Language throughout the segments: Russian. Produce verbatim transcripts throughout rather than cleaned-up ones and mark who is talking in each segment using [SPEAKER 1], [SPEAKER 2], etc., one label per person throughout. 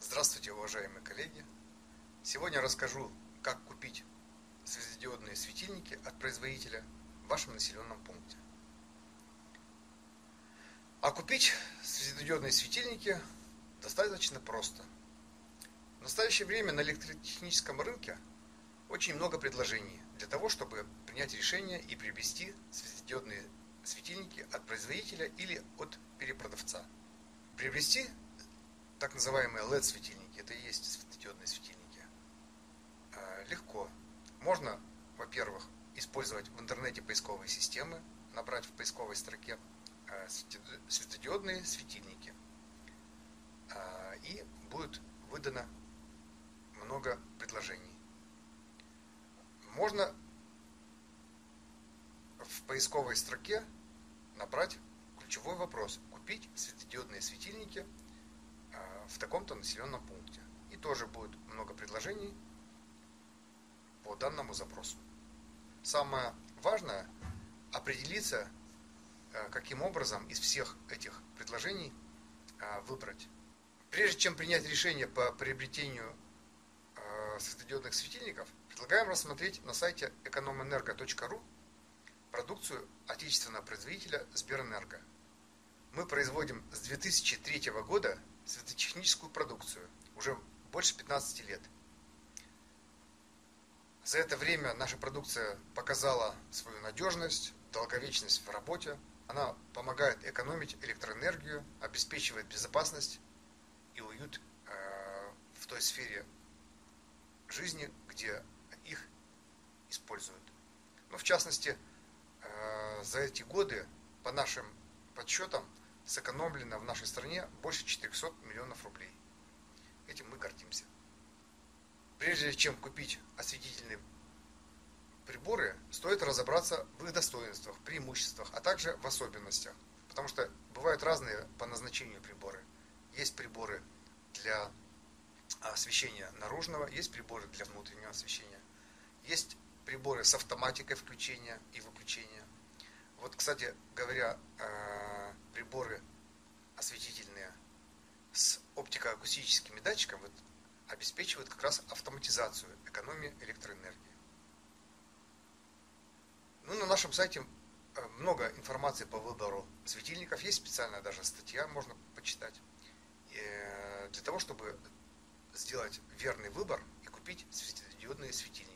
[SPEAKER 1] Здравствуйте, уважаемые коллеги! Сегодня расскажу, как купить светодиодные светильники от производителя в вашем населенном пункте. А купить светодиодные светильники достаточно просто. В настоящее время на электротехническом рынке очень много предложений для того, чтобы принять решение и приобрести светодиодные светильники от производителя или от перепродавца. Приобрести так называемые эл и ди-светильники, это и есть светодиодные светильники, легко. Можно, во-первых, использовать в интернете поисковые системы, набрать в поисковой строке светодиодные светильники, и будет выдано много предложений. Можно в поисковой строке набрать ключевой вопрос: купить светодиодные светильники в таком-то населенном пункте. И тоже будет много предложений по данному запросу. Самое важное — определиться, каким образом из всех этих предложений выбрать. Прежде чем принять решение по приобретению светодиодных светильников, предлагаем рассмотреть на сайте экономэнерго точка ру продукцию отечественного производителя Сберэнерго. Мы производим с две тысячи третьего года светотехническую продукцию уже больше пятнадцати лет. За это время наша продукция показала свою надежность, долговечность в работе. Она помогает экономить электроэнергию, обеспечивает безопасность и уют в той сфере жизни, где их используют. Но в частности, за эти годы, по нашим подсчетам, сэкономлено в нашей стране больше четырехсот миллионов рублей. Этим мы гордимся. Прежде чем купить осветительные приборы, стоит разобраться в их достоинствах, преимуществах, а также в особенностях. Потому что бывают разные по назначению приборы. Есть приборы для освещения наружного, есть приборы для внутреннего освещения. Есть приборы с автоматикой включения и выключения. Вот, кстати говоря, приборы осветительные с оптико-акустическими датчиками вот, обеспечивают как раз автоматизацию экономии электроэнергии. Ну, на нашем сайте много информации по выбору светильников. Есть специальная даже статья, можно почитать, для того, чтобы сделать верный выбор и купить светодиодные светильники.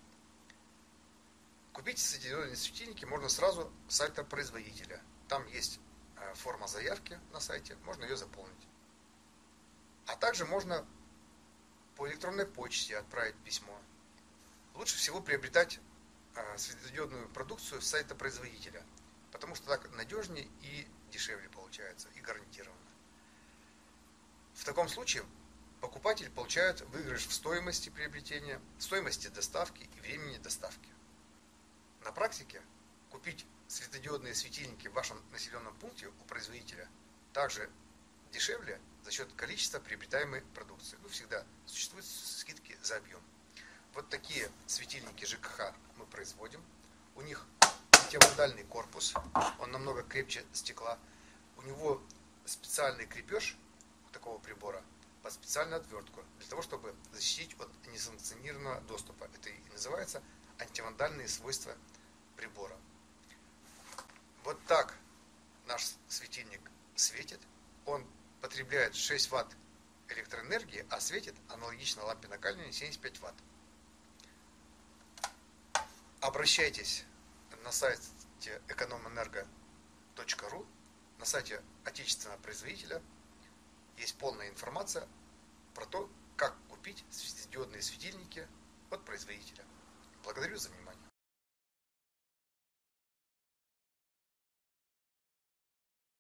[SPEAKER 1] Купить светодиодные светильники можно сразу с сайта производителя. Там есть форма заявки на сайте, можно ее заполнить. А также можно по электронной почте отправить письмо. Лучше всего приобретать светодиодную продукцию с сайта производителя, потому что так надежнее и дешевле получается, и гарантированно. В таком случае покупатель получает выигрыш в стоимости приобретения, в стоимости доставки и времени доставки. На практике купить светодиодные светильники в вашем населенном пункте у производителя также дешевле за счет количества приобретаемой продукции. Ну, всегда существуют скидки за объем. Вот такие светильники ЖКХ мы производим. У них антивандальный корпус, он намного крепче стекла. У него специальный крепеж такого прибора под специальную отвертку, для того, чтобы защитить от несанкционированного доступа. Это и называется антивандальные свойства прибора. Вот так наш светильник светит. Он потребляет шесть ватт электроэнергии, а светит аналогично лампе накаливания семьдесят пять ватт. Обращайтесь на сайте экономэнерго точка ру, на сайте отечественного производителя. Есть полная информация про то, как купить светодиодные светильники от производителя. Благодарю за внимание.